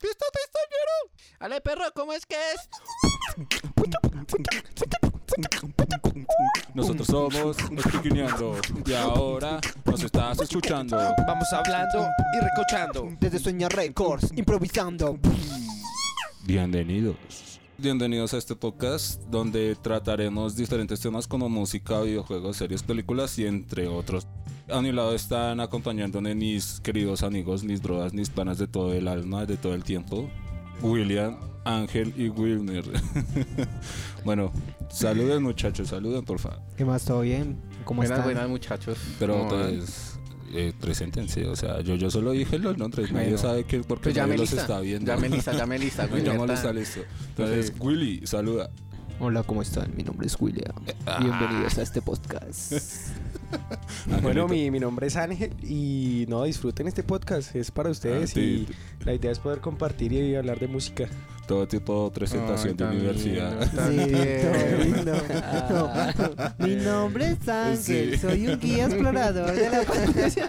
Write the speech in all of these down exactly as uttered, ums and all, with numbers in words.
¡Fiesta treintañero! Ale, perro, ¿cómo es que es? Nosotros somos los Piquineando y ahora nos estás escuchando. Vamos hablando y recochando. Desde Sueña Records, improvisando. Bienvenidos. Bienvenidos a este podcast donde trataremos diferentes temas como música, videojuegos, series, películas y entre otros. A mi lado están acompañándome mis queridos amigos, mis brodas, mis panas de todo el alma, de todo el tiempo. William, Ángel y Wilmer. Bueno, saluden muchachos, saluden por favor. ¿Qué más? ¿Todo bien? ¿Cómo buenas, están? Buenas muchachos. Pero pues, eh, preséntense, o sea, yo, yo solo dije los nombres, nadie bueno, sabe que porque pues nadie los lista, está viendo. Llame lista, llame lista. No, ya no está listo. Entonces, Sí. Willy, saluda. Hola, ¿cómo están? Mi nombre es William. Ah. Bienvenidos a este podcast. Bueno, Angelito. mi, mi nombre es Ángel y no, disfruten este podcast, es para ustedes Ah, y sí. la idea es poder compartir y hablar de música. Todo tipo de presentación Ay, de tan universidad. lindo, tan Sí, tierno. todo lindo. No, mi nombre es Ángel, Sí. soy un guía explorador de la pantalla.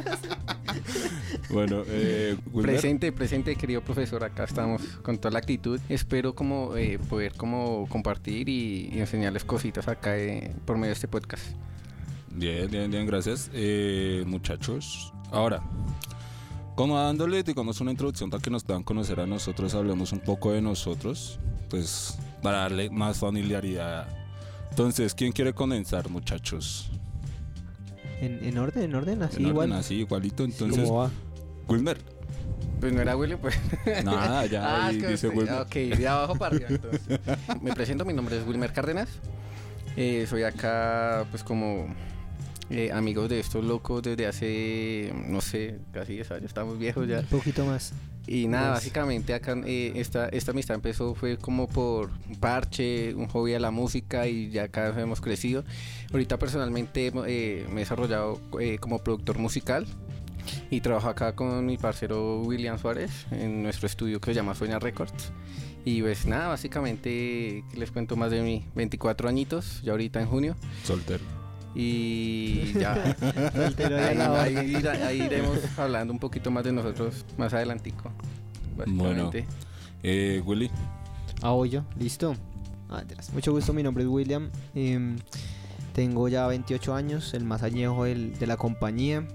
Bueno, eh, Wilmer. Presente, presente, querido profesor, acá estamos con toda la actitud. Espero como eh, poder como compartir y, y enseñarles cositas acá eh, por medio de este podcast. Bien, bien, bien, gracias. Eh, muchachos, ahora, como dándole, digamos, una introducción para que nos puedan conocer a nosotros, hablemos un poco de nosotros, pues, para darle más familiaridad. Entonces, ¿quién quiere comenzar, muchachos? En, en orden, en orden, así En orden, igual. así, igualito. Entonces, ¿Cómo va? Wilmer. Pues no era William, pues. Nada, ya Ah, ahí es que dice usted- Wilmer. Ok, de abajo para arriba entonces. Me presento, mi nombre es Wilmer Cárdenas. Eh, soy acá, pues como eh, amigos de estos locos desde hace, no sé, casi diez años, estamos viejos ya. Un poquito más. Y nada, Pues- básicamente acá eh, esta, esta amistad empezó fue como por un parche, un hobby a la música y ya cada vez hemos crecido. Ahorita personalmente eh, me he desarrollado eh, como productor musical y trabajo acá con mi parcero William Suárez en nuestro estudio que se llama Sueña Records. Y pues nada, básicamente ¿qué les cuento más de mí? veinticuatro añitos, ya ahorita en junio. Soltero. Y ya, Soltero ahí, ya la ahí ira- ahí iremos hablando un poquito más de nosotros más adelantico. Bueno. Básicamente. Eh, Willy. Ah, voy yo, listo. Ah, mentiras. Mucho gusto, mi nombre es William. em, tengo ya veintiocho años, el más añejo del- de la compañía.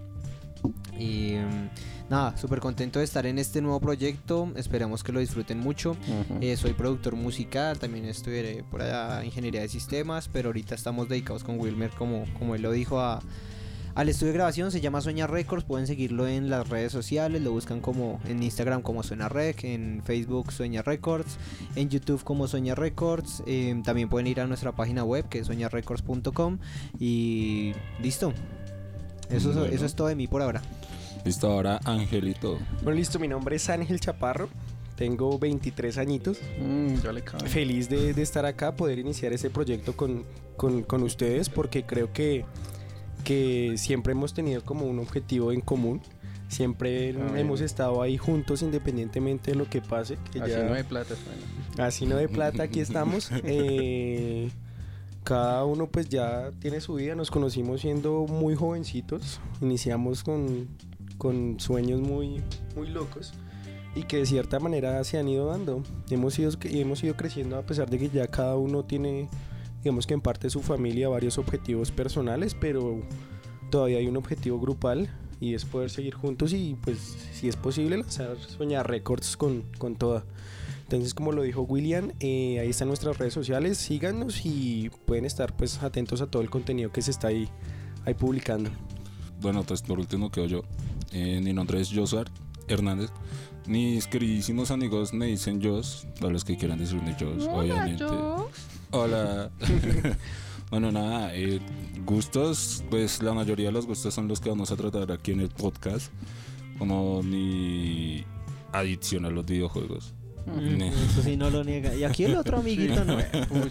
Y em, nada, súper contento de estar en este nuevo proyecto. Esperamos que lo disfruten mucho. Ujú. Eh, soy productor musical, también estudié por allá ingeniería de sistemas, pero ahorita estamos dedicados con Wilmer, como, como él lo dijo, a, al estudio de grabación. Se llama Sueña Records, pueden seguirlo en las redes sociales, lo buscan como en Instagram como Sueña Rec, en Facebook Sueña Records, en YouTube como Sueña Records. Eh, también pueden ir a nuestra página web que es sueña records punto com y listo. Eso, Bueno. eso es todo de mí por ahora. Listo, ahora Angelito. Bueno, listo, mi nombre es Ángel Chaparro, tengo veintitrés añitos. Mm, yo le cabe. Feliz de, de estar acá, poder iniciar ese proyecto con, con, con ustedes porque creo que, que siempre hemos tenido como un objetivo en común. Siempre Ah, hemos bien. estado ahí juntos independientemente de lo que pase. Que Así ya- no hay plata, bueno. Así no de plata, aquí estamos. Eh, cada uno pues ya tiene su vida, nos conocimos siendo muy jovencitos, iniciamos con, con sueños muy, muy locos y que de cierta manera se han ido dando. Hemos ido, hemos ido creciendo a pesar de que ya cada uno tiene, digamos que en parte de su familia, varios objetivos personales, pero todavía hay un objetivo grupal y es poder seguir juntos y pues si es posible lanzar Sueña Records con, con toda. Entonces, como lo dijo William, eh, ahí están nuestras redes sociales, síganos y pueden estar pues atentos a todo el contenido que se está ahí, ahí publicando. Bueno, pues por último quedo yo. Eh, mi nombre es Josuar Hernández. Mis queridísimos amigos me dicen Jos, para los que quieran decirme Jos, obviamente. Hola. Bueno, nada, eh, gustos, pues la mayoría de los gustos son los que vamos a tratar aquí en el podcast, como mi adicción a los videojuegos. Ne. Eso sí no lo niega. Y aquí el otro amiguito no.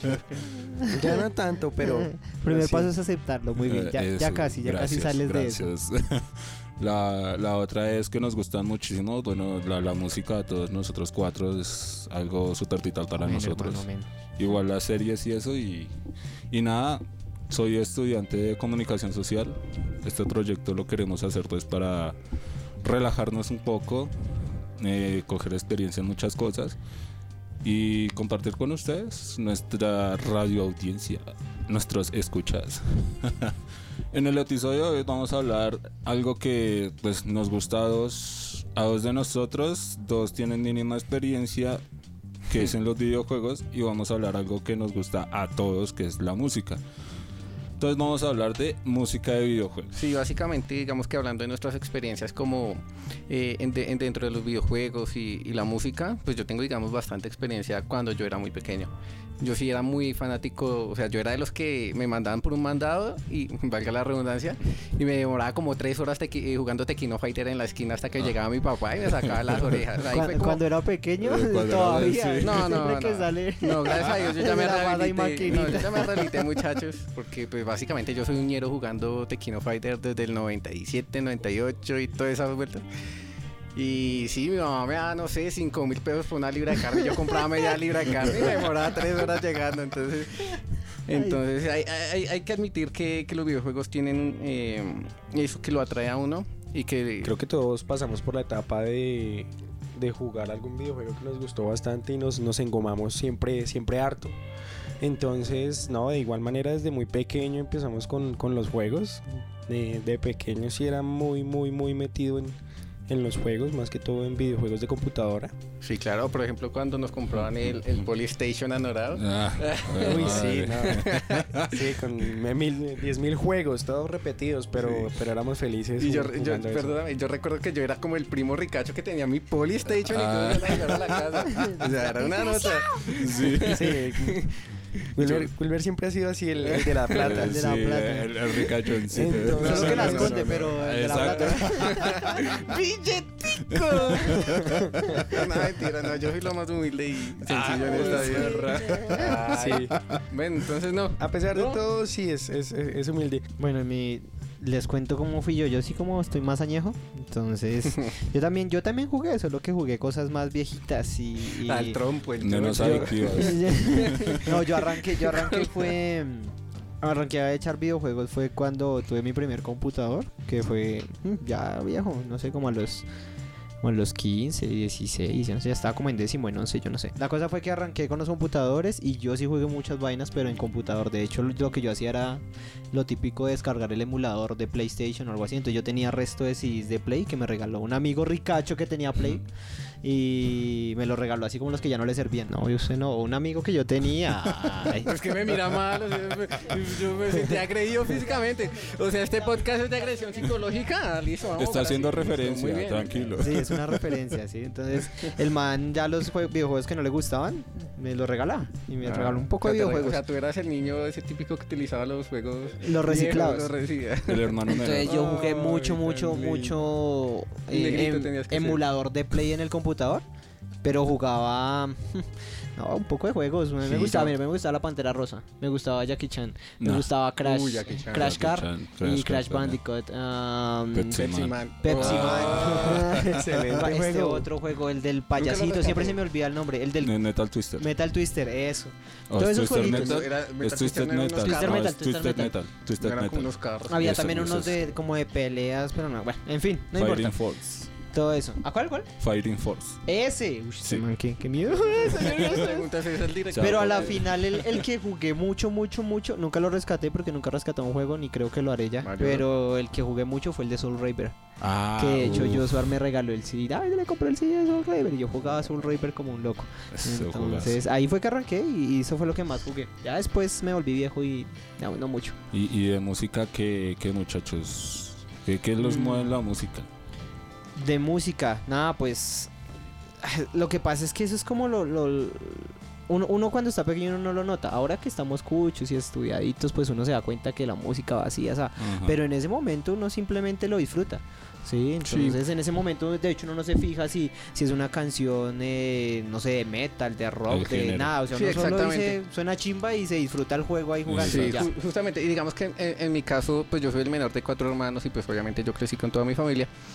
Ya no tanto, pero Primer sí. paso es aceptarlo, muy bien. Ya, Eh, ya eso, casi, ya gracias, casi sales de eso. gracias. La, la otra es que nos gustan muchísimo, bueno, la, la música de todos nosotros cuatro es algo súper vital para Amén, nosotros. hermano, amén. Igual las series y eso y, y nada, soy estudiante de comunicación social. Este proyecto lo queremos hacer pues para relajarnos un poco, eh, coger experiencia en muchas cosas y compartir con ustedes nuestra radio audiencia, nuestros escuchas. En el episodio de hoy vamos a hablar algo que pues nos gusta a dos, a dos de nosotros, dos tienen mínima experiencia, que es en los videojuegos, y vamos a hablar algo que nos gusta a todos, que es la música. Entonces vamos a hablar de música de videojuegos. Sí, básicamente digamos que hablando de nuestras experiencias como eh, en de, en dentro de los videojuegos y, y la música, pues yo tengo digamos bastante experiencia cuando yo era muy pequeño. Yo sí era muy fanático, o sea, yo era de los que me mandaban por un mandado y, valga la redundancia, y me demoraba como tres horas tequi, jugando Tequino Fighter en la esquina hasta que ah. llegaba mi papá y me sacaba las orejas. Ahí Cuando, como... cuando era pequeño, Eh, cuando todavía. era- sí. No, no, Siempre que no. sale. No, gracias a Dios yo ya me La bada y rehabilité. No, maquinita. yo ya me rehabilité, muchachos, porque pues básicamente yo soy un ñero jugando Tequino Fighter desde el noventa y siete, noventa y ocho y todas esas vueltas. Y sí, mi mamá me daba, no sé, cinco mil pesos por una libra de carne. Yo compraba media libra de carne y me demoraba tres horas llegando. Entonces, entonces hay, hay, hay que admitir que, que los videojuegos tienen eh, eso que lo atrae a uno y que... Creo que todos pasamos por la etapa de, de jugar algún videojuego que nos gustó bastante y nos, nos engomamos siempre, siempre harto. Entonces, no, de igual manera desde muy pequeño empezamos con, con los juegos. De, de pequeño sí era muy, muy, muy metido en, en los juegos, más que todo en videojuegos de computadora. Sí, claro, por ejemplo, cuando nos compraban el, el Polystation anorado. Ah, Uy, madre. sí, no. Sí, con mil, diez mil juegos, todos repetidos, pero, Sí. pero éramos felices. Y yo, jugando yo, eso. perdóname, yo recuerdo que yo era como el primo ricacho que tenía mi Polystation Ah. y todo eso a la casa. O sea, era una nota. Sí. Sí. Wilber, Wilber siempre ha sido así el, el de la plata. El de la Sí, plata. El, el ricachoncito. Entonces- Solo que la no, no, esconde, no, no. pero el de la Exacto. plata. ¡Billetico! No, mentira, no, yo soy lo más humilde y sencillo en esta vida. Sí. Ay. Bueno, entonces no. A pesar de todo, sí, es, es, es humilde. Bueno, mi, les cuento cómo fui yo. Yo sí como estoy más añejo. Entonces, yo también, yo también jugué, solo que jugué cosas más viejitas y... y- Al trompo, el Menos trompo. adictivas. No, yo arranqué, yo arranqué fue... Arranqué a echar videojuegos fue cuando tuve mi primer computador, que fue mm, ya viejo, no sé, como a los... Como a los quince, dieciséis, ya no sé, ya estaba como en décimo, en once, yo no sé. La cosa fue que arranqué con los computadores y yo sí jugué muchas vainas, pero en computador. De hecho, lo, lo que yo hacía era lo típico de descargar el emulador de PlayStation o algo así. Entonces yo tenía resto de C Ds de Play que me regaló un amigo ricacho que tenía Play. Y me lo regaló así como los que ya no le servían. No, yo sé, no, un amigo que yo tenía. Ay. Es que me mira mal, o sea, me- yo me sentí agredido físicamente. O sea, este podcast es de agresión psicológica. Listo, vamos. Está ahora haciendo sí. Muy referencia, bien. tranquilo. Sí, es una referencia, sí. Entonces, el man ya los jue- videojuegos que no le gustaban, me los regalaba. Y me Ah, regaló un poco o de sea, te re- videojuegos. O sea, tú eras el niño ese típico que utilizaba los juegos. Los reciclados. viejos, Los reciclados. El hermano menor. Entonces yo jugué Ay, mucho, tan mucho, lindo. mucho Un negrito em- tenías que emulador de Play en el computador, pero jugaba no, un poco de juegos. Me, me Sí, gustaba, no. mira, me gustaba la Pantera Rosa, me gustaba Jackie Chan, me No. gustaba Crash, Uy, Jackie Chan. Crash Jackie Car Chan, y Crash Crash Car, Bandicoot. um, Pepsi Pepsi Man. Man. Pepsi Ah. Man. Excelente Este juego. otro juego, el del lo payasito, rescaté. siempre se me olvida el nombre, el del Eh, Metal Twister. Metal Twister, eso. Oh, todos es esos Twister jueguitos. Metal. Era- Es Metal Twisted Twister no eran Metal. unos Twister No, Metal, es Twister Twisted Metal. Metal. Twisted Eran como Metal. unos carros. Había Eso, también eso unos es. de como de peleas, pero no, bueno, en fin, no Fighting importa. Force. Todo eso. ¿A cuál, cuál? Fighting Force. Ese. Uy, Sí. man, qué, qué miedo. Preguntas es el director. Pero a la final el, el que jugué mucho, mucho, mucho, nunca lo rescaté porque nunca rescaté un juego ni creo que lo haré ya. Mario. Pero el que jugué mucho fue el de Soul Reaper. Ah, que de hecho uf, Joshua me regaló el C D. Ay, le compré el C D de Soul Reaper y yo jugaba Soul Reaper como un loco. ese Entonces ahí fue que arranqué y eso fue lo que más jugué. Ya después me volví viejo y no, no mucho. juegazo. Y, y de música, ¿qué, qué muchachos? ¿Qué, qué los Mm. mueve en la música? De música, nada, pues lo que pasa es que eso es como lo, lo- uno, uno cuando está pequeño uno no lo nota. Ahora que estamos cuchos y estudiaditos, pues uno se da cuenta que la música va así, o sea, Ajá. pero en ese momento uno simplemente lo disfruta. Sí, entonces en ese momento de hecho uno no se fija si, si es una canción, eh, no sé, de metal, de El rock, de género. nada, o sea, Sí, uno solo exactamente. dice, suena chimba y se disfruta el juego ahí jugando. Sí, y ya. Ju- justamente, y digamos que en, en mi caso, pues yo soy el menor de cuatro hermanos y pues obviamente yo crecí con toda mi familia.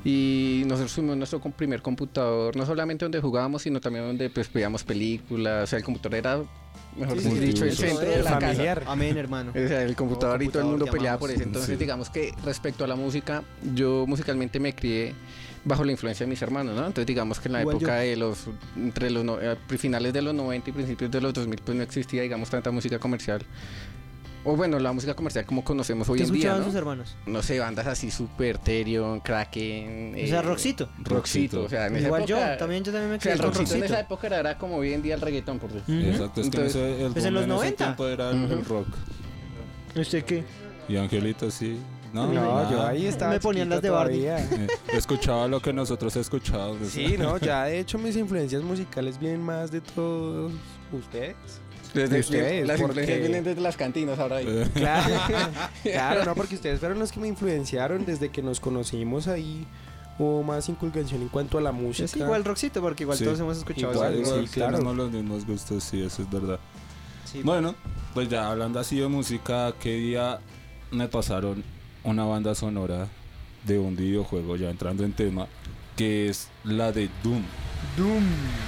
Y nosotros tuvimos nuestro com- primer computador, no solamente donde jugábamos, sino también donde pues veíamos películas. O sea, el computador era, mejor Sí, sí, dicho, el sí, centro de la casa. familiar. Amén, hermano. O sea, el computador y todo el mundo computador peleaba por llamamos. eso. Entonces, Sí. digamos que respecto a la música, yo musicalmente me crié bajo la influencia de mis hermanos, ¿no? Entonces, digamos que en la Igual época yo. de los, entre los no- eh, finales de los noventa y principios de los dos mil, pues no existía, digamos, tanta música comercial. O bueno, la música comercial como conocemos hoy ¿Qué en día, escuchaban ¿no? sus hermanos? No sé, bandas así Super, Therion, Kraken. O sea, eh, Roxito. Roxito, o sea, en esa Igual época, yo, también yo también me O sea, crié el con Roxito en Roxito. esa época era, era como hoy en día el reggaetón, por decir. Ujú. Exacto, es que en Entonces, ese, el pues en boom los en ese noventa. tiempo era el, el Ujú. rock. ¿Usted qué? Y Angelito sí. No, No, nada. yo ahí estaba Me ponían chiquito las de Barbie. todavía. Eh, escuchaba lo que nosotros escuchábamos. Sí, no, ya de hecho mis influencias musicales vienen más de todos ustedes. Desde ustedes, las porque- influencias vienen desde las cantinas ahora. ahí. Eh, Claro, claro, no, porque ustedes fueron los que me influenciaron desde que nos conocimos ahí. Hubo más inculcación en cuanto a la música. Es igual Roxito, porque igual Sí. todos hemos escuchado Igual, esa igual, música. sí, claro. tenemos los mismos gustos, sí, eso es verdad. Sí, Bueno, pues ya hablando así de música, ¿qué día me pasaron una banda sonora de un videojuego, ya entrando en tema, que es la de Doom? Doom.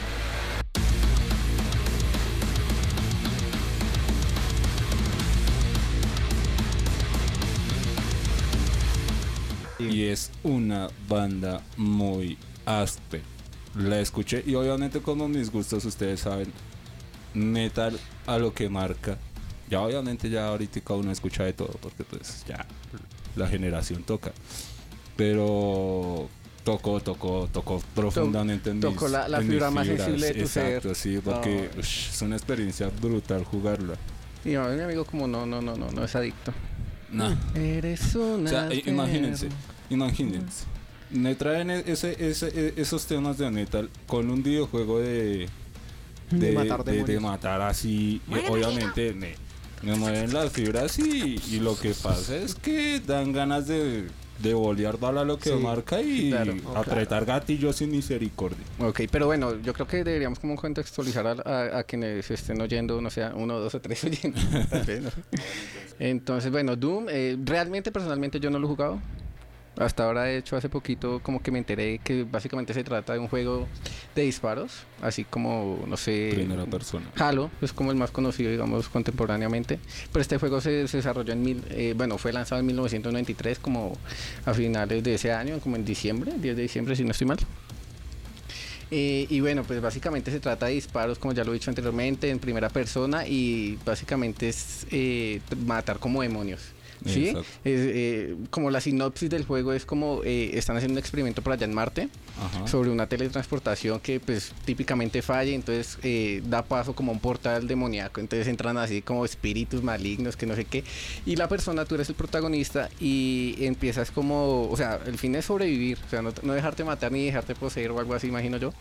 Y es una banda muy áspera. La escuché y obviamente como mis gustos ustedes saben, metal a lo que marca. Ya obviamente ya ahorita uno escucha de todo porque pues ya la generación toca. Pero tocó, tocó, tocó profundamente en mis, tocó la- la en mis fibra más fibras. sensible de tu Exacto, ser. sí, porque Ay. ush, es una experiencia brutal jugarla. Y a mí, mi amigo como no, no, no, no, no es adicto. No. Eres una O sea, i- imagínense, enferma. imagínense. Me traen e- ese, ese, e- esos temas de metal con un videojuego de, De de, matar de- de demonios. matar así. Y obviamente me, me mueven las fibras y, y lo que pasa es que dan ganas de, de bolear bala lo que Sí, marca y claro. Oh, apretar gatillos sin misericordia. Ok, pero bueno, yo creo que deberíamos como contextualizar a, a- a quienes estén oyendo, no sé, uno, dos o tres oyendo. tal vez, ¿no? Entonces, bueno, Doom, eh, realmente personalmente yo no lo he jugado. Hasta ahora, de hecho, hace poquito como que me enteré que básicamente se trata de un juego de disparos, así como, no sé... Primera persona. Halo es como el más conocido, digamos, contemporáneamente. Pero este juego se, se desarrolló en mil, eh, bueno, fue lanzado en mil novecientos noventa y tres, como a finales de ese año, como en diciembre, diez de diciembre, si no estoy mal. Eh, y bueno, pues básicamente se trata de disparos, como ya lo he dicho anteriormente, en primera persona y básicamente es eh, matar como demonios. ¿Sí? Exacto. Es, eh, como la sinopsis del juego es como eh, están haciendo un experimento por allá en Marte Ajá. sobre una teletransportación que pues típicamente falla, entonces eh, da paso como a un portal demoníaco, entonces entran así como espíritus malignos que no sé qué, y la persona, tú eres el protagonista y empiezas como, o sea, el fin es sobrevivir, o sea, no, no dejarte matar ni dejarte poseer o algo así, imagino yo.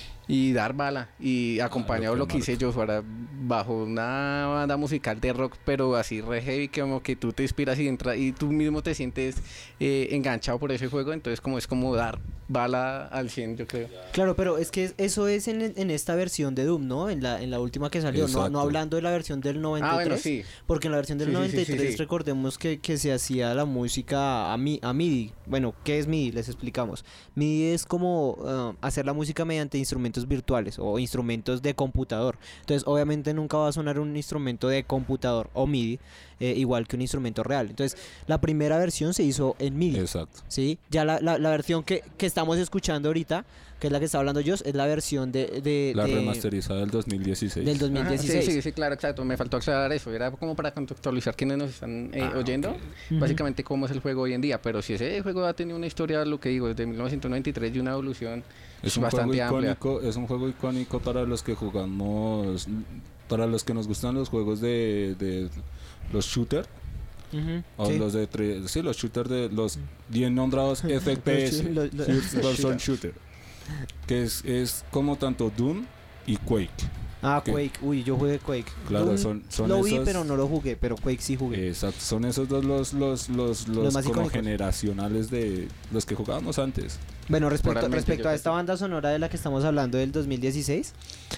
Y dar bala, y acompañado Ah, lo lo que que hice yo fuera bajo una banda musical de rock, pero así re heavy, que como que tú te inspiras y entras y tú mismo te sientes eh, enganchado por ese juego, entonces como es como dar bala al cien, yo creo. Claro, pero es que eso es en, en esta versión de Doom, ¿no? En la, en la última que salió, no, Exacto. no hablando de la versión del noventa y tres. Ah, bueno, sí. Porque en la versión del Sí, sí, sí, noventa y tres sí, sí. recordemos que, que se hacía la música a, mi, a MIDI. Bueno, ¿qué es MIDI? Les explicamos. MIDI es como uh, hacer la música mediante instrumentos virtuales o instrumentos de computador. Entonces, obviamente nunca va a sonar un instrumento de computador o MIDI eh, igual que un instrumento real. Entonces, la primera versión se hizo en MIDI. Exacto. ¿Sí? Ya la, la, la versión que, que estamos escuchando ahorita, que es la que está hablando Joss, es la versión de, de, La de- remasterizada del dos mil dieciséis. del dos mil Ajá, dieciséis. sí, sí, sí, claro, exacto. Me faltó aclarar eso. Era como para contextualizar quienes nos están eh, Ah, oyendo. ok. Ujú. Básicamente cómo es el juego hoy en día. Pero si ese juego ha tenido una historia, lo que digo, desde mil novecientos noventa y tres y una evolución Es un bastante juego amplia. icónico, es un juego icónico para los que jugamos, para los que nos gustan los juegos de, de los shooters Ujú, o sí. los de tre- sí, los shooters de los bien nombrados F P S, Los- los- First Person Shooter, que es, es como tanto Doom y Quake. Ah, ¿Qué? Quake. Uy, yo jugué Quake. Claro, Doom son- son lo vi, esos- pero no lo jugué. Pero Quake sí jugué. Exacto, son esos dos los los los, los, más como icónicos. generacionales de los que jugábamos antes. Bueno, respecto, Moralmente, respecto yo a creo esta que- banda sonora de la que estamos hablando del dos mil dieciséis,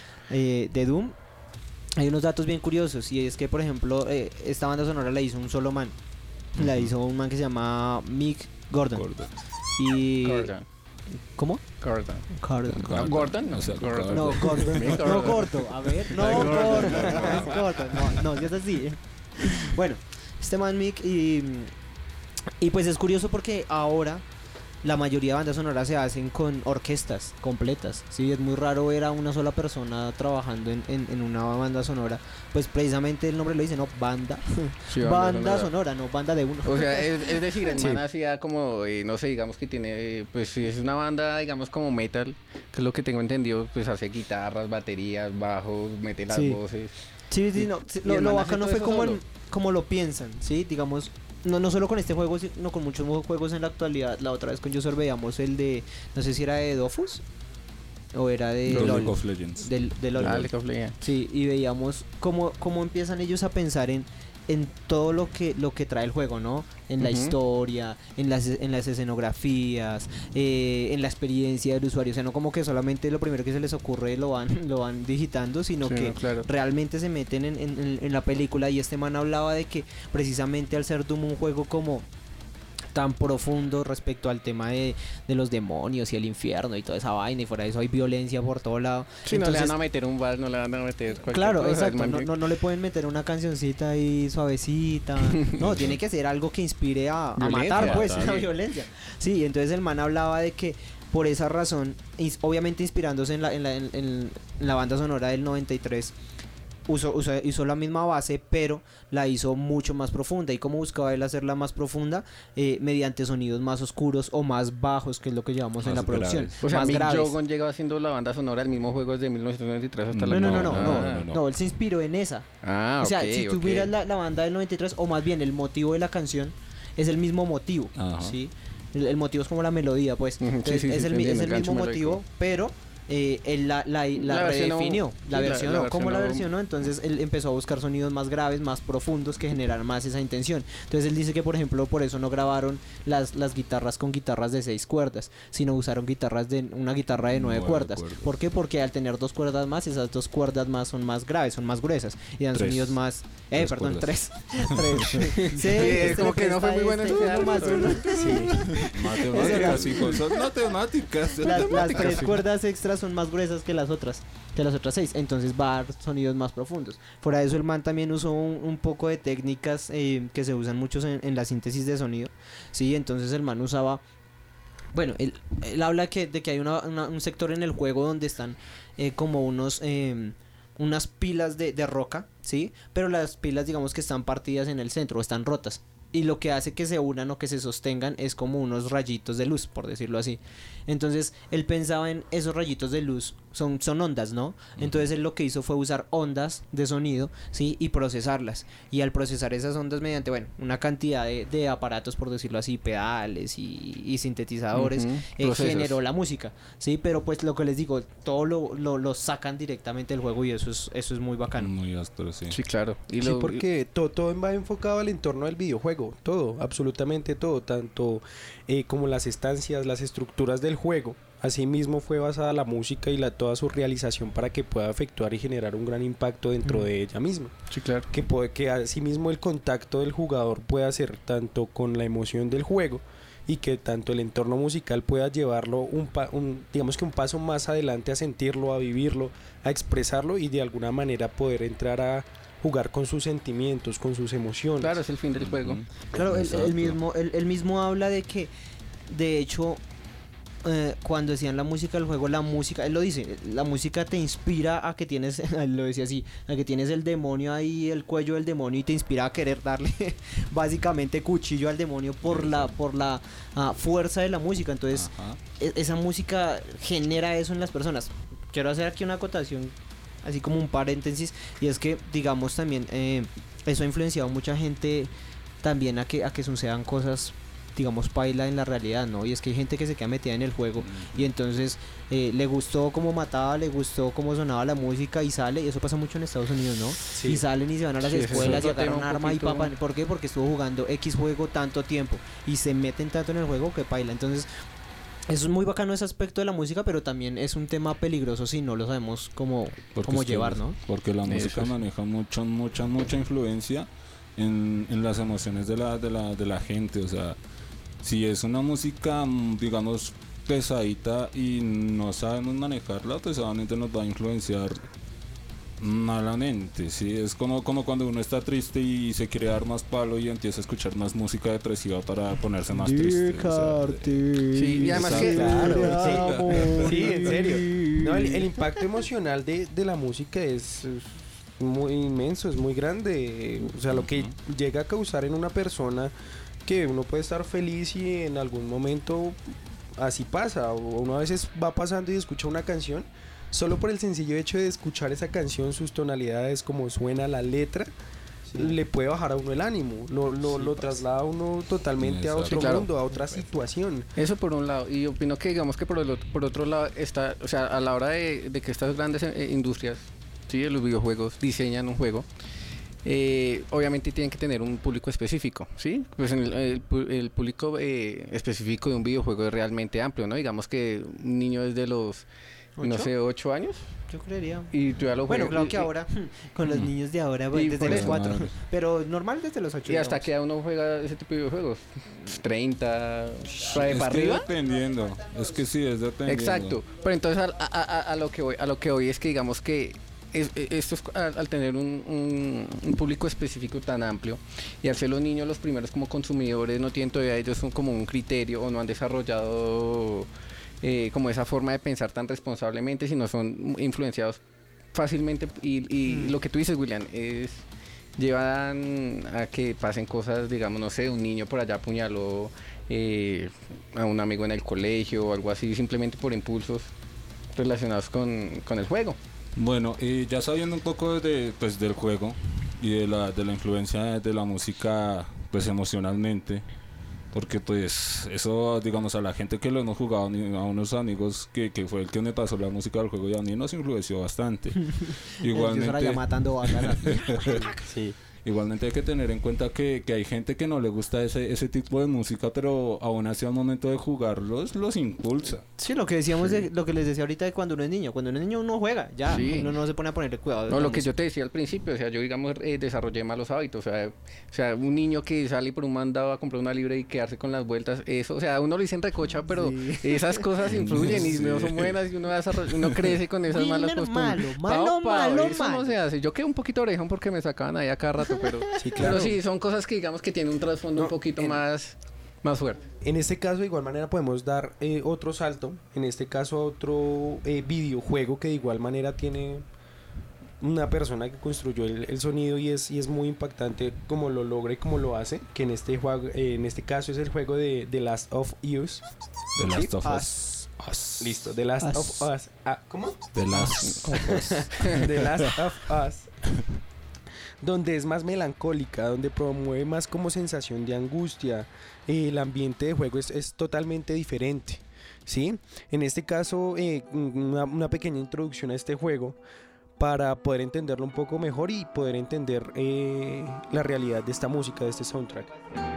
eh, de Doom, hay unos datos bien curiosos. Y es que, por ejemplo, eh, esta banda sonora la hizo un solo man. La Ujú. hizo un man que se llama Mick Gordon. Gordon. Y... Gordon. ¿Cómo? Gordon. Gordon. No, Gordon, no. O sea, Gordon. No, Gordon. Bien, No, Gordon. Gordo. A ver. No, Gordon. Gordon. No, es Gordon. No, no, ya es así. Bueno, este man Mick y... Y pues es curioso porque ahora la mayoría de bandas sonoras se hacen con orquestas completas. Sí, es muy raro ver a una sola persona trabajando en, en, en una banda sonora. Pues precisamente el nombre lo dice, ¿no? Banda. Sí, Banda sonora. sonora, no banda de uno. O sea, es, es decir, el Sí. man hacía como, eh, no sé, digamos que tiene, eh, pues si es una banda, digamos como metal, que es lo que tengo entendido, pues hace guitarras, baterías, bajos, mete las Sí. voces. Sí, sí, no, sí, Y lo, el lo man hace bacano todo fue eso como, solo. el- como lo piensan, ¿sí? Digamos, no, no solo con este juego, sino con muchos mo- juegos en la actualidad. La otra vez con User veíamos el de, no sé si era de Dofus o era de Los LOL. League of Legends. Del, de LOL. Ah, League of Legends. Sí, y veíamos cómo, cómo empiezan ellos a pensar en, en todo lo que, lo que trae el juego, ¿no? En la Ujú. historia, en las, en las escenografías, eh, en la experiencia del usuario. O sea, no como que solamente lo primero que se les ocurre lo van, lo van digitando, sino Sí, que no, claro. realmente se meten en, en- en- en la película. Y este man hablaba de que precisamente al ser Doom un juego como tan profundo respecto al tema de, de los demonios y el infierno y toda esa vaina, y fuera de eso hay violencia por todo lado. Si no le Entonces, van a meter un bar, no le van a meter cualquier claro, cosa, el exacto, man no, que- no, no le pueden meter una cancioncita ahí suavecita, no, tiene que ser algo que inspire a, a Violencia, matar, pues, matar. la violencia. Sí, entonces el man hablaba de que por esa razón, ins- obviamente inspirándose en la, en la, en- en la banda sonora del noventa y tres, usó, usó, hizo la misma base, pero la hizo mucho más profunda. ¿Y cómo buscaba él hacerla más profunda? Eh, mediante sonidos más oscuros o más bajos, que es lo que llevamos en Más la producción. graves. O sea, más Mick graves. Jogan llegó haciendo la banda sonora del mismo juego desde mil novecientos noventa y tres hasta la No, no, no, no, No, no, no, no, no, no. él se inspiró en esa. Ah, O sea, ok, si ok. tuvieras la, la banda del noventa y tres, o más bien el motivo de la canción, es el mismo motivo, Ajá. ¿sí? El, el motivo es como la melodía, pues. Ujú, sí, Entonces, sí, sí, es el, te mi- es entiendo, el el mismo gancho motivo, melódico. pero eh, él la, la, la La versionó, redefinió, sí, la la- versionó. la ¿Cómo la versionó. versionó? Entonces él empezó a buscar sonidos más graves, más profundos, que generaran más esa intención. Entonces él dice que, por ejemplo, por eso no grabaron las, las guitarras con guitarras de seis cuerdas, sino usaron guitarras de una guitarra de nueve Nueve cuerdas. cuerdas. ¿Por qué? Porque al tener dos cuerdas más, esas dos cuerdas más son más graves, son más gruesas y dan Tres. sonidos más... Eh, Tres perdón, cuerdas. tres. Tres. Sí, es como que no fue muy bueno este, ese este, más uno. Matemáticas, hijos, son matemáticas. Las, las matemáticas. tres cuerdas extras son más gruesas que las otras, que las otras seis, entonces va a dar sonidos más profundos. Fuera de eso, el man también usó un, un poco de técnicas eh, que se usan muchos en, en la síntesis de sonido, sí, entonces el man usaba, bueno, él, él habla que, de que hay una- una- un sector en el juego donde están eh, como unos... eh, unas pilas de, de roca, ¿sí? Pero las pilas, digamos que están partidas en el centro, o están rotas. Y lo que hace que se unan o que se sostengan es como unos rayitos de luz, por decirlo así. Entonces, él pensaba en esos rayitos de luz, son, son ondas, ¿no? Entonces, él lo que hizo fue usar ondas de sonido, ¿sí? Y procesarlas. Y al procesar esas ondas mediante, bueno, una cantidad de, de aparatos, por decirlo así, pedales y, y sintetizadores, Ujú, eh, procesos. generó la música, ¿sí? Pero pues lo que les digo, todo lo, lo, lo sacan directamente del juego y eso es, eso es muy bacano. Muy áspero, sí. Sí, claro. Y Sí, lo- porque to- todo va enfocado al entorno del videojuego, todo, absolutamente todo, tanto eh, como las estancias, las estructuras del juego. Asimismo fue basada la música y la, toda su realización para que pueda efectuar y generar un gran impacto dentro Mm. de ella misma. Sí, claro. Que, puede, que asimismo el contacto del jugador pueda ser tanto con la emoción del juego y que tanto el entorno musical pueda llevarlo un, pa- un digamos que un paso más adelante a sentirlo, a vivirlo, a expresarlo y de alguna manera poder entrar a jugar con sus sentimientos, con sus emociones. Claro, es el fin del juego. Ujú. Claro, él, Exacto. él mismo, él, él mismo habla de que, de hecho, eh, cuando decían la música del juego, la música, él lo dice, la música te inspira a que tienes, él lo decía así, a que tienes el demonio ahí, el cuello del demonio y te inspira a querer darle básicamente cuchillo al demonio por la, por la ah, fuerza de la música. Entonces, Ajá. e- esa música genera eso en las personas. Quiero hacer aquí una acotación, así como un paréntesis, y es que, digamos, también eh, eso ha influenciado a mucha gente también a que, a que sucedan cosas, digamos, paila en la realidad, ¿no? Y es que hay gente que se queda metida en el juego y entonces eh, le gustó cómo mataba, le gustó cómo sonaba la música y sale, y eso pasa mucho en Estados Unidos, ¿no? Sí. Y salen y se van a las Sí, ese es escuelas y otro tema agarran un arma y poquito- papan. ¿Por qué? Porque estuvo jugando X juego tanto tiempo y se meten tanto en el juego que paila. Entonces, eso es muy bacano ese aspecto de la música, pero también es un tema peligroso si no lo sabemos cómo, Porque cómo es que- llevar, ¿no? Porque la Eso música es. maneja mucho, mucha, mucha influencia en, en las emociones de la, de la, de la gente. O sea, si es una música, mm, digamos, pesadita y no sabemos manejarla, pues obviamente nos va a influenciar malamente, sí, es como, como cuando uno está triste y se quiere dar más palo y empieza a escuchar más música depresiva para ponerse más triste. O sea, Sí, y además que- Claro, sí, sí, en serio. No, el, el impacto emocional de, de la música es, es muy inmenso, es muy grande. O sea, lo que Ujú. llega a causar en una persona, que uno puede estar feliz y en algún momento así pasa. O uno a veces va pasando y escucha una canción, solo por el sencillo hecho de escuchar esa canción, sus tonalidades, como suena la letra, le puede bajar a uno el ánimo, lo, lo, lo traslada a uno totalmente a Exacto. otro Sí, claro. mundo, a otra situación. Eso por un lado, y opino que digamos que por el otro, por otro lado está, o sea, a la hora de, de que estas grandes eh, industrias, sí, de los videojuegos diseñan un juego, eh, obviamente tienen que tener un público específico, sí, pues el, el pu- el público eh, específico de un videojuego es realmente amplio, ¿no? Digamos que un niño desde los, no ¿Ocho? sé, ocho años Yo creería. y tú ya lo Bueno, juegas- claro y- que y- ahora, con los Mm. niños de ahora, pues, Y desde por los eso- cuatro. Madre. Pero normal desde los ocho. y hasta digamos. que uno juega ese tipo de videojuegos, treinta, para es para que arriba. dependiendo, es que sí, es dependiendo. Exacto, pero entonces a, a- a- a lo que voy, a lo que voy es que digamos que es- e- esto es al, al tener un, un- un público específico tan amplio y al ser los niños los primeros como consumidores no tienen todavía ellos un- como un criterio o no han desarrollado eh, como esa forma de pensar tan responsablemente, sino son influenciados fácilmente y, y lo que tú dices, William, es llevan a que pasen cosas, digamos, no sé, un niño por allá apuñaló eh, a un amigo en el colegio o algo así, simplemente por impulsos relacionados con, con el juego. Bueno, y ya sabiendo un poco de, pues, del juego y de la, de la influencia de la música, pues emocionalmente, porque pues eso, digamos, a la gente que lo hemos jugado, ni- a unos amigos que, que fue el que me pasó la música del juego y a mí nos influenció bastante. Yo ahora ya Igualmente, matando vacas. Sí. igualmente hay que tener en cuenta que, que hay gente que no le gusta ese, ese tipo de música, pero aún así al momento de jugarlos los impulsa. Sí, lo que decíamos, de- lo que les decía ahorita de cuando uno es niño. Cuando uno es niño uno juega, ya. Sí. Uno no se pone a ponerle cuidado. No, lo que digamos. yo te decía al principio, o sea, yo digamos eh, desarrollé malos hábitos, o sea, o sea, un niño que sale por un mandado a comprar una libre y quedarse con las vueltas, eso, o sea, a uno lo dicen recocha, pero Sí. esas cosas influyen y Sí. no son buenas y uno, desarrolla- uno crece con esas malas Winner costumbres. malo, malo, Pao, pao, malo, eso malo. no se hace. Yo quedé un poquito orejón porque me sacaban ahí a cada rato, pero Sí, pero claro. sí, son cosas que digamos que tienen un trasfondo No, un poquito en- más, más fuerte. En este caso, de igual manera, podemos dar eh, otro salto. En este caso, a otro eh, videojuego que de igual manera tiene una persona que construyó el, el sonido y es, y es muy impactante como lo logra y como lo hace. Que en este, juego, eh, en este caso es el juego de The Last of Us. The Last of Us. Us. Us. Listo, The Last Us. of Us. Ah, ¿cómo? The Last of Us. The Last of Us. Donde es más melancólica, donde promueve más como sensación de angustia. Eh, el ambiente de juego es, es totalmente diferente. ¿Sí? En este caso, eh, una, una pequeña introducción a este juego para poder entenderlo un poco mejor y poder entender eh, la realidad de esta música, de este soundtrack.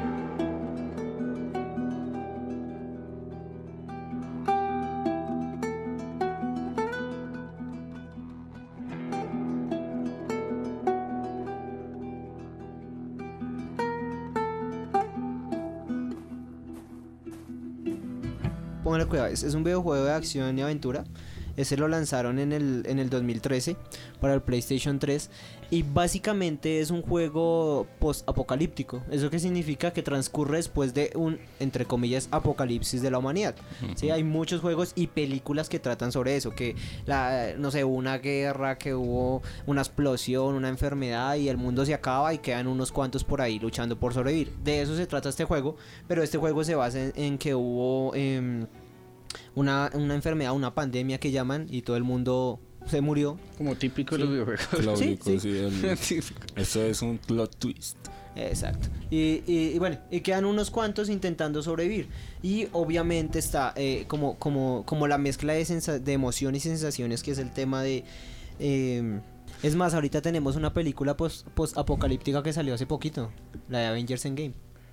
Póngale cuidado, es, es un videojuego de acción y aventura. Ese lo lanzaron en el, en el dos mil trece para el PlayStation tres. Y básicamente es un juego post-apocalíptico. ¿Eso qué significa? Que transcurre después de un, entre comillas, apocalipsis de la humanidad. ¿Sí? Hay muchos juegos y películas que tratan sobre eso. Que, la, no sé, una guerra, que hubo una explosión, una enfermedad y el mundo se acaba y quedan unos cuantos por ahí luchando por sobrevivir. De eso se trata este juego. Pero este juego se basa en, en que hubo... em, una, una enfermedad, una pandemia que llaman y todo el mundo se murió. Como típico de Sí. los videojuegos. Claudico, Sí, sí, el- Típico. eso es un plot twist. Exacto. Y, y- y bueno, y quedan unos cuantos intentando sobrevivir. Y obviamente está eh, como, como, como la mezcla de, sensa- de emociones y sensaciones, que es el tema de... eh, es más, ahorita tenemos una película post, post apocalíptica que salió hace poquito, la de Avengers Endgame.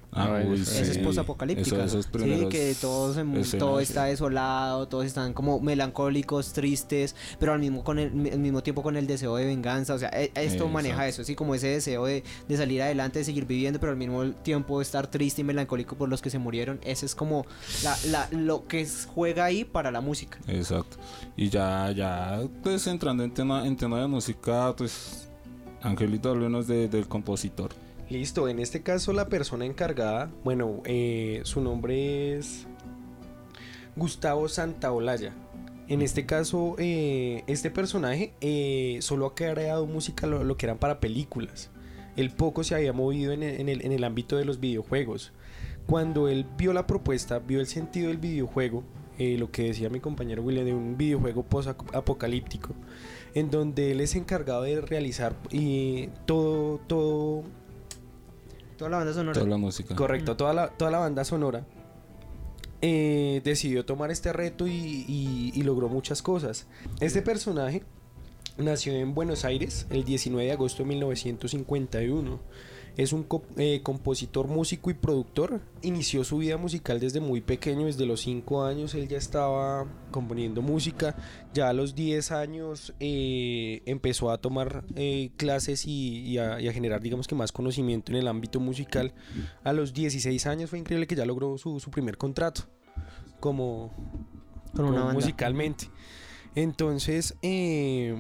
Ah, No, uy, eso- sí. Esa es posapocalíptica. Eso- esos Sí, primeros que todo, se- escenas, todo sí. está desolado, todos están como melancólicos, tristes, pero al mismo, con el, al mismo tiempo con el deseo de venganza. O sea, e- esto Exacto. maneja eso, así como ese deseo de, de salir adelante, de seguir viviendo, pero al mismo tiempo estar triste y melancólico por los que se murieron. Ese es como la, la- lo que es- juega ahí para la música. Exacto. Y ya, ya, pues entrando en tema, en tema de música, pues, Angelito, háblenos de, del compositor. Listo, en este caso la persona encargada, bueno, eh, su nombre es Gustavo Santaolalla. En este caso, eh, este personaje eh, solo ha creado música lo, lo que eran para películas. Él poco se había movido en el, en el, en el ámbito de los videojuegos. Cuando él vio la propuesta, vio el sentido del videojuego, eh, lo que decía mi compañero William, de un videojuego post-apocalíptico, en donde él es encargado de realizar y todo, todo, Toda la banda sonora. Toda la música. correcto, toda la, toda la banda sonora, eh, decidió tomar este reto y, y- y logró muchas cosas. Este personaje nació en Buenos Aires el diecinueve de agosto de mil novecientos cincuenta y uno. Es un co- eh, compositor, músico y productor. Inició su vida musical desde muy pequeño, desde los cinco años él ya estaba componiendo música. Ya a los diez años eh, empezó a tomar eh, clases y, y a, y a generar, digamos que más conocimiento en el ámbito musical. A los dieciséis años fue increíble que ya logró su, su primer contrato como, Con una como banda. musicalmente. Entonces, eh,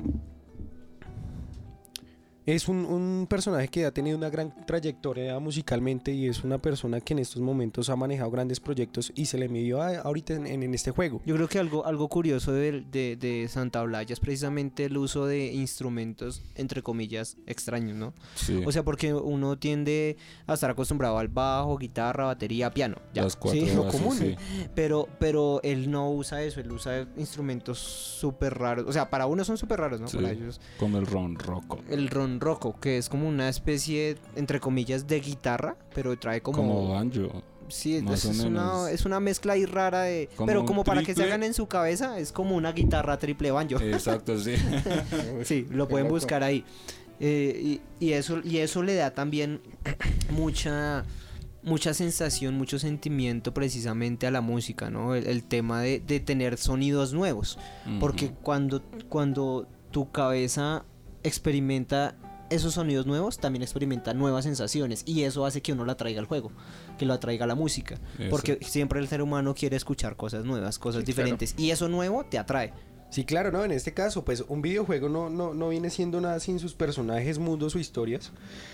es un, un personaje que ha tenido una gran trayectoria musicalmente y es una persona que en estos momentos ha manejado grandes proyectos y se le midió a- ahorita en, en- en este juego. Yo creo que algo, algo curioso de, de, de Santa Olalla es precisamente el uso de instrumentos, entre comillas, extraños, ¿no? Sí. O sea, porque uno tiende a estar acostumbrado al bajo, guitarra, batería, piano. Ya, Las cuatro ¿sí? lo bases, común. sí. Pero, pero él no usa eso, él usa instrumentos súper raros. O sea, para uno son súper raros, ¿no? Sí. Para ellos. Como el ronroco. El ronroco, que es como una especie, entre comillas, de guitarra, pero trae como... Como banjo. Sí, más es, o es una, menos. es una mezcla ahí rara de... Como pero un como para que se triple. hagan en su cabeza, es como una guitarra triple banjo. Exacto, sí. Sí, lo qué pueden loco. buscar ahí. Eh, y, y eso, y eso le da también mucha, mucha sensación, mucho sentimiento precisamente a la música, ¿no? El, el tema de, de tener sonidos nuevos. Porque Ujú. cuando, cuando tu cabeza experimenta esos sonidos nuevos, también experimenta nuevas sensaciones. Y eso hace que uno la atraiga al juego, que lo atraiga a la música. Eso. Porque siempre el ser humano quiere escuchar cosas nuevas, cosas Sí, diferentes. Y eso nuevo te atrae. Sí, claro, ¿no? En este caso, pues un videojuego no, no, no viene siendo nada sin sus personajes, mundos o historias.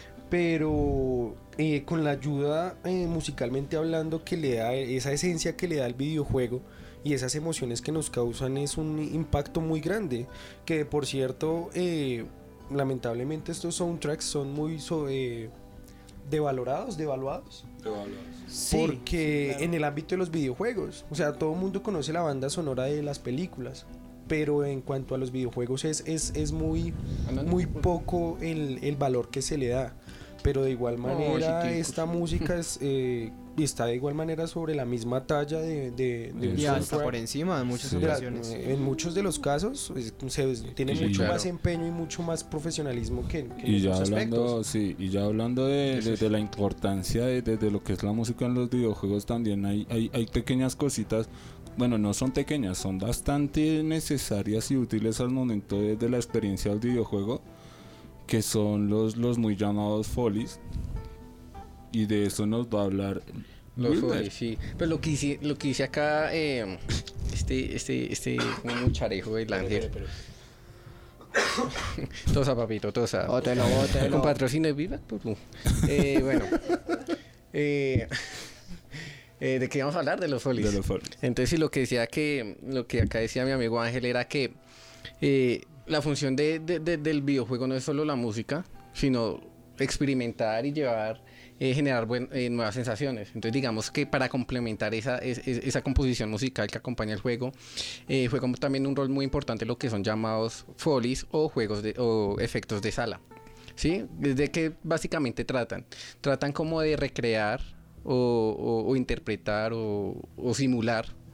Pero eh, con la ayuda eh, musicalmente hablando que le da esa esencia que le da el videojuego y esas emociones que nos causan es un impacto muy grande. Que por cierto, eh, lamentablemente estos soundtracks son muy so- eh, devalorados, devaluados. Porque claro. en el ámbito de los videojuegos, o sea, todo el mundo conoce la banda sonora de las películas, pero en cuanto a los videojuegos es, es, es muy, muy poco el, el valor que se le da. Pero de igual manera, chiquitico. esta música es, eh, está de igual manera sobre la misma talla de, de, de un Y hasta soundtrack. por encima en muchas Sí. De la- ocasiones. eh, en muchos de los casos es- se, tiene Sí, mucho claro. más empeño y mucho más profesionalismo que, que en Y ya otros hablando, aspectos. sí, y ya hablando de, Eso de- sí. de la importancia de, de- de lo que es la música en los videojuegos, también hay, hay, hay pequeñas cositas, bueno, no son pequeñas, son bastante necesarias y útiles al momento de, de la experiencia del videojuego, que son los, los muy llamados folies, y de eso nos va a hablar Los Wilmer. Foley, sí. Pues lo que hice, lo que hice acá, eh, este, este, este como mucharejo del ángel. Tosa, papito, tosa. Bótelo, bótelo. Con patrocinio de Viva. pues, uh. Eh, bueno. Eh, eh, ¿de qué vamos a hablar? De los folies. de los folies. Entonces, sí, lo que decía que, lo que acá decía mi amigo Ángel era que eh, la función de, de- de- del videojuego no es solo la música, sino experimentar y llevar, eh, generar buen- eh, nuevas sensaciones. Entonces, digamos que para complementar esa, es- es- esa composición musical que acompaña el juego, eh, juega como también un rol muy importante lo que son llamados folies o juegos de, o efectos de sala. ¿Sí? ¿De qué básicamente tratan? Tratan como de recrear o, o- o interpretar o, o simular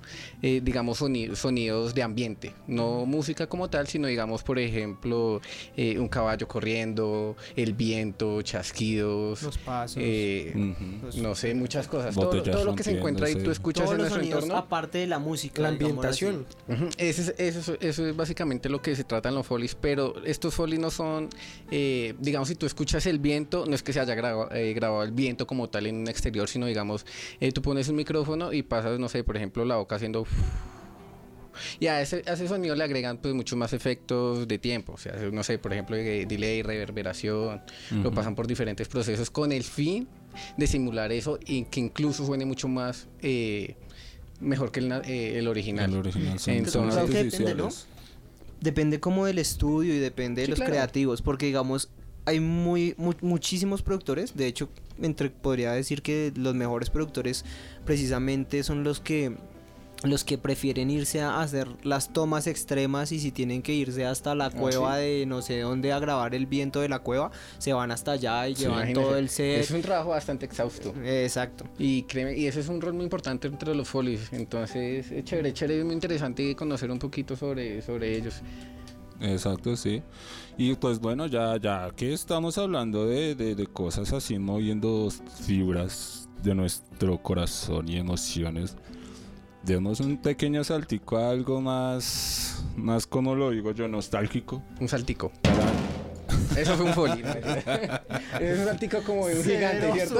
eh, digamos, soni- sonidos de ambiente. No música como tal, sino, digamos, por ejemplo, eh, un caballo corriendo, el viento, chasquidos, Los pasos. eh, Ujú. los- no sé, muchas cosas. Todo, Botellas todo lo que se encuentra y tú rompiéndose. escuchas todos en los nuestro sonidos entorno. aparte de la música. La digámoslo así. ambientación. Ujú, Eso es, eso, es, eso es básicamente lo que se trata en los folies, pero estos folies no son, eh, digamos, si tú escuchas el viento, no es que se haya grabado, eh, grabado el viento como tal en un exterior, sino, digamos, eh, tú pones un micrófono y pasas, no sé, por ejemplo, la boca haciendo... Y a ese, a ese sonido le agregan pues muchos más efectos de tiempo, o sea, no sé, por ejemplo, eh, delay, reverberación, lo Ujú. pasan por diferentes procesos con el fin de simular eso y que incluso suene mucho más... eh, mejor que el, na- eh, el original. El original son Entonces- son Claro que depende, ¿no? artificiales. Depende como del estudio y depende de Sí, los claro. creativos, porque digamos, hay muy, mu- muchísimos productores, de hecho, entre, podría decir que los mejores productores precisamente son los que los que prefieren irse a hacer las tomas extremas y si tienen que irse hasta la cueva sí. de no sé dónde a grabar el viento de la cueva, se van hasta allá y Sí, llevan imagínese. todo el set. Es un trabajo bastante exhausto. Exacto. Y créeme, y ese es un rol muy importante entre los folies. Entonces, es chévere, chévere, es muy interesante conocer un poquito sobre, sobre ellos. Exacto, sí. Y pues bueno, ya, ya que estamos hablando de, de, de cosas así, moviendo fibras de nuestro corazón y emociones, demos un pequeño saltico a algo más, más como lo digo yo, nostálgico. Un saltico. Para- Eso fue un foley. ¿no? Es un saltico como de un gigante, ¿cierto?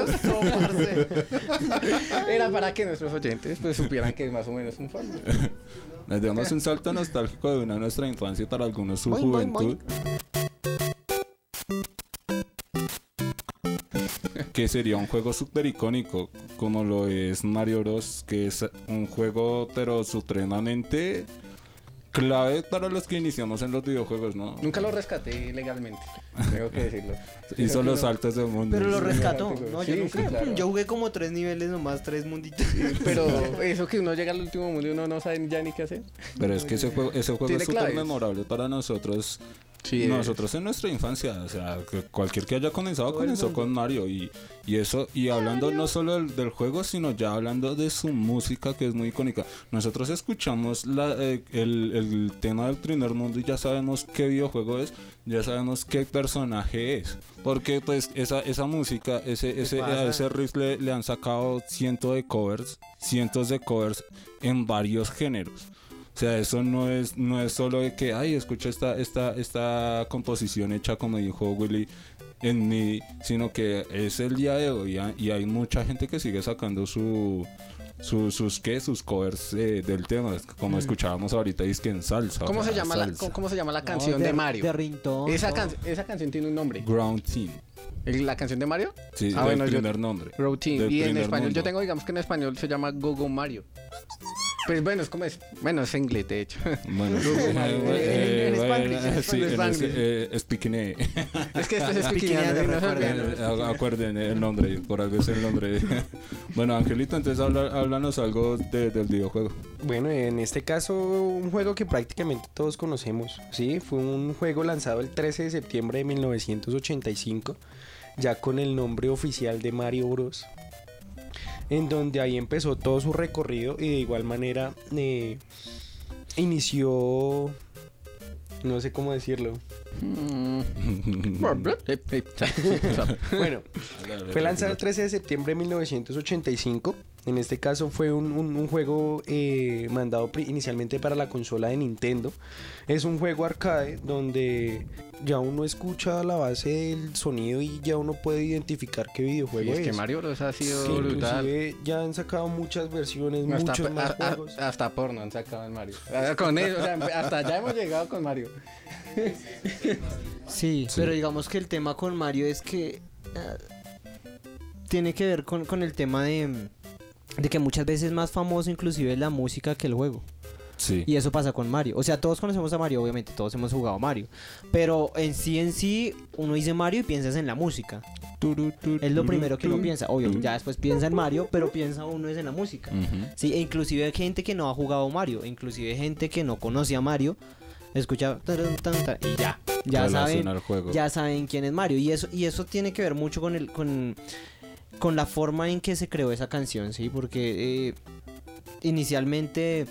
Era para que nuestros oyentes pues supieran que es más o menos un foley. Les damos un salto nostálgico de una de nuestra infancia y para algunos su Boing, boing, juventud. Que sería un juego súper icónico, como lo es Mario Bros, que es un juego pero supremamente clave para los que iniciamos en los videojuegos, ¿no? Nunca lo rescaté legalmente, tengo que decirlo. Hizo los Eso que saltos del mundo. Pero lo Sí. rescató. Sí, No, yo sí, nunca. claro. Yo jugué como tres niveles nomás, tres munditos. no- Pero eso que uno llega al último mundo y uno no sabe ya ni qué hacer. Pero es que ese juego, ese juego Tiene es súper claves. memorable para nosotros. Sí, es. Nosotros en nuestra infancia, o sea, que cualquier que haya comenzado Todo el comenzó mundo. con Mario y, y eso, y hablando no solo del, del juego, sino ya hablando de su música que es muy icónica. Nosotros escuchamos la, eh, el, el tema del primer mundo y ya sabemos qué videojuego es, ya sabemos qué personaje es, porque pues esa, esa música, ese, ese, pasa? a ese riff le, le han sacado cientos de covers, cientos de covers en varios géneros. O sea, eso no es no es solo de que, ay, escucha esta esta esta composición hecha como dijo Willy en mi, sino que es el día de hoy ¿ah? Y hay mucha gente que sigue sacando su, su sus qué, sus covers eh, del tema, como escuchábamos ahorita, es que en salsa. ¿Cómo o se sea, llama la, salsa. cómo, cómo se llama la canción de, Mario? De ringtone. Esa, todo. can- esa canción tiene un nombre. Ground Team. ¿El- ¿La canción de Mario? Sí, Ah, del bueno, yo- primer nombre. Routine. Del Y en primer español, mundo. yo tengo, digamos que en español se llama Gogo Mario. Pues bueno, es como es. Bueno, es inglés, de hecho. Bueno, sí, Gogo Mario. eh, En bueno, Spanglish, en sí, en Spanglish. ese, eh, speaking, eh. Es que esto es Piquineando, piquineando, no se recuerden. olviden. Eh, Acuerden el nombre, por algo es el nombre. Bueno, Angelito, entonces habla- háblanos algo de- del videojuego. Bueno, en este caso, un juego que prácticamente todos conocemos, ¿sí? Fue un juego lanzado el trece de septiembre de mil novecientos ochenta y cinco, ya con el nombre oficial de Mario Bros. En donde ahí empezó todo su recorrido y de igual manera eh, inició, no sé cómo decirlo. Mm. Eh, eh, chao, chao. Bueno, fue lanzado el trece de septiembre de mil novecientos ochenta y cinco. En este caso fue un, un- un juego eh, mandado pri- inicialmente para la consola de Nintendo. Es un juego arcade donde ya uno escucha la base del sonido y ya uno puede identificar qué Y videojuego es es. que Mario Bros ha sido Sí, brutal. inclusive ya han sacado muchas versiones, Hasta, muchos más a- a- juegos. hasta porno han sacado en Mario. Ah, Con eso, o sea, hasta allá hemos llegado con Mario. Sí, Sí. pero digamos que el tema con Mario es que ah, tiene que ver con, con el tema de, de que muchas veces es más famoso inclusive la música que el juego. Sí. Y eso pasa con Mario. O sea, todos conocemos a Mario, obviamente, todos hemos jugado a Mario. Pero en sí, en sí, uno dice Mario y piensas en la música. Es lo primero que uno piensa. Obvio, ya después piensa en Mario, pero piensa uno es en la música. Ujú. Sí, e inclusive hay gente que no ha jugado Mario, inclusive gente que no conoce a Mario, escucha tarun, tan, tan, y ya, ya Relaciona saben, al juego. ya saben quién es Mario y eso y eso tiene que ver mucho con el con con la forma en que se creó esa canción, sí, porque eh, inicialmente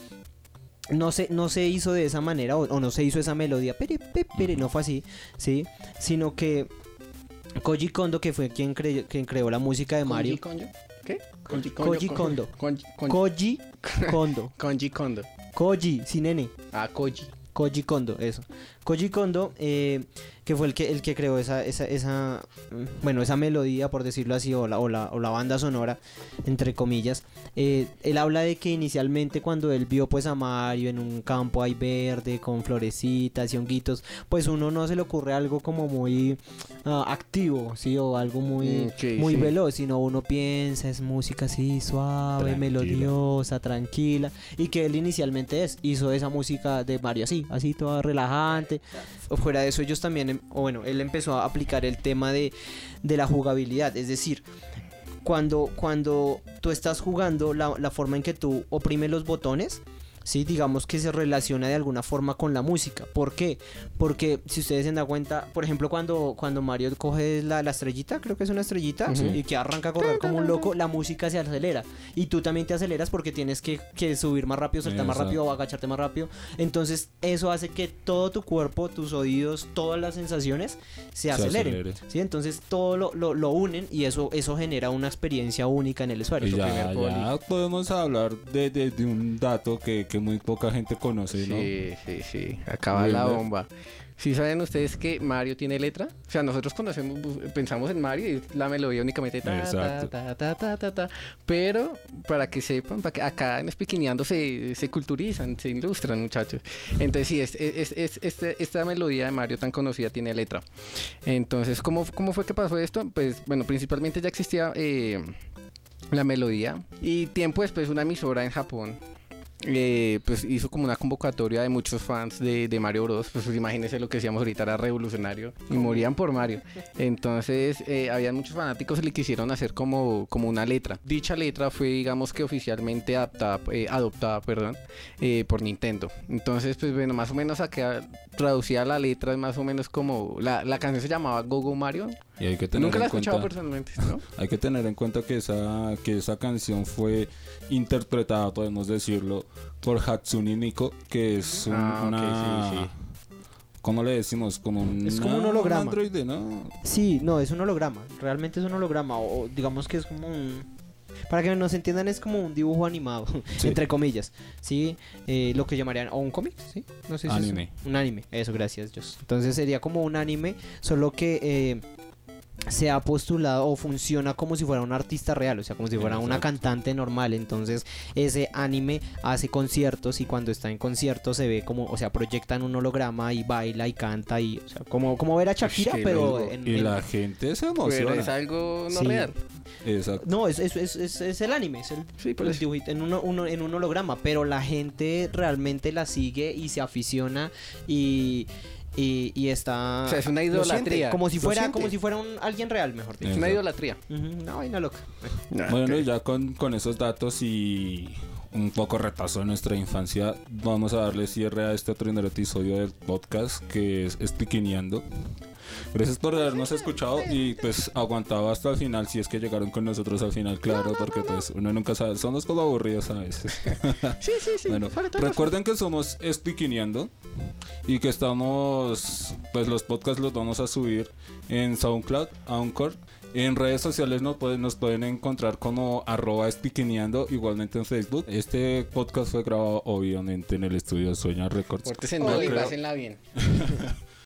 no se, no se hizo de esa manera o, o no se hizo esa melodía, pere, pere, pere, no fue así, ¿sí? Sino que Koji Kondo, que fue quien, cre, quien creó la música de Mario. ¿Koji Kondo? ¿Qué? Koji Koji Kondo. Koji Kondo. Koji Kondo. Koji Kondo. Koji, sin N. Ah, Koji. Koji Kondo, eso. Koji Kondo, eh, que fue el que, el que creó esa, esa, esa, bueno, esa melodía, por decirlo así, o la, o la, o la banda sonora, entre comillas. Eh, él habla de que inicialmente cuando él vio pues a Mario en un campo ahí verde, con florecitas y honguitos, pues uno no se le ocurre algo como muy uh, activo, ¿sí? O algo muy, Okay, muy sí. veloz, sino uno piensa, es música así suave, Tranquila. melodiosa, tranquila, y que él inicialmente es, hizo esa música de Mario así, así toda relajante. O fuera de eso ellos también, em- o bueno, él empezó a aplicar el tema de, de la jugabilidad, es decir, cuando, cuando tú estás jugando, la, la forma en que tú oprimes los botones, sí, digamos que se relaciona de alguna forma con la música. ¿Por qué? Porque si ustedes se dan cuenta, por ejemplo, cuando, cuando Mario coge la, la estrellita, creo que es una estrellita, Ujú. y que arranca a correr como un loco, la música se acelera. Y tú también te aceleras porque tienes que, que subir más rápido, saltar más Exacto. rápido o agacharte más rápido. Entonces, eso hace que todo tu cuerpo, tus oídos, todas las sensaciones se aceleren. acelere. ¿Sí? Entonces, todo lo, lo, lo unen y eso, eso genera una experiencia única en el usuario. Y Su ya, primer boli. ya podemos hablar de, de, de un dato que, que muy poca gente conoce, ¿no? Sí, sí, sí. Acaba Bien, la ¿ver? bomba. ¿Sí saben ustedes que Mario tiene letra? O sea, nosotros conocemos, bu- pensamos en Mario y es la melodía únicamente ta, ta, Exacto. ta, ta, ta, ta, ta. Pero para que sepan, para que acá en Espiquineando se, se culturizan, se ilustran, muchachos. Entonces sí, es, es, es- este- esta melodía de Mario tan conocida tiene letra. Entonces, ¿cómo, cómo fue que pasó esto? Pues bueno, principalmente ya existía eh, la melodía y tiempo después una emisora en Japón eh, pues hizo como una convocatoria de muchos fans de, de Mario Bros. Pues, pues imagínense lo que decíamos ahorita, era revolucionario y morían por Mario. Entonces eh, habían muchos fanáticos que le quisieron hacer como, como una letra. Dicha letra fue, digamos que oficialmente adaptada, eh, adoptada perdón, eh, por Nintendo. Entonces, pues bueno, más o menos acá traducida la letra es más o menos como la, la canción se llamaba Go Go Mario. Y hay que tener Nunca la he en cuenta, escuchado personalmente, ¿no? hay que tener en cuenta que esa, que esa canción fue interpretada, podemos decirlo, por Hatsune Miku, que es un, Ah, ok, una... sí, sí. ¿Cómo le decimos? Como un, Es como un holograma. androide, ¿no? Sí, no, es un holograma. Realmente es un holograma. O o digamos que es como un. Para que nos entiendan, es como un dibujo animado, Sí. entre comillas. Sí, Eh, lo que llamarían. O un cómic, ¿sí? No sé si Anime. es un, un anime. Eso, gracias, Dios. Entonces sería como un anime, solo que. Eh, se ha postulado o funciona como si fuera un artista real, o sea, como si fuera una Exacto. cantante normal. Entonces, ese anime hace conciertos y cuando está en conciertos se ve como, o sea, proyectan un holograma y baila y canta y, o sea, como, como ver a Shakira, qué pero loco. en, Y en- la gente se Pero emociona. es algo no Sí. real. Exacto. No, es, es, es, es- es el anime, es el, Sí, por el eso. dibujito en, uno, uno- en un holograma, pero la gente realmente la sigue y se aficiona y, y, y está O sea, es una lo siente, idolatría. como si lo fuera, siente. como si fuera un alguien real, mejor dicho. Es una Exacto. idolatría. Ujú, una vaina loca. Bueno, y ya con, con esos datos y un poco retazo de nuestra infancia, vamos a darle cierre a este primer episodio del podcast que es Espiquineando. Gracias por habernos escuchado y pues aguantado hasta el final, si es que llegaron con nosotros al final, claro, porque pues uno nunca sabe, somos como aburridos a veces. Sí, sí, sí. Bueno, sobre todo recuerden que somos Espiquineando y que estamos, pues los podcasts los vamos a subir en SoundCloud, Anchor. En redes sociales nos pueden, nos pueden encontrar como arroba espiquineando, igualmente en Facebook. Este podcast fue grabado obviamente en el estudio Sueña Records. Pórtense No mal y creo. pásenla bien.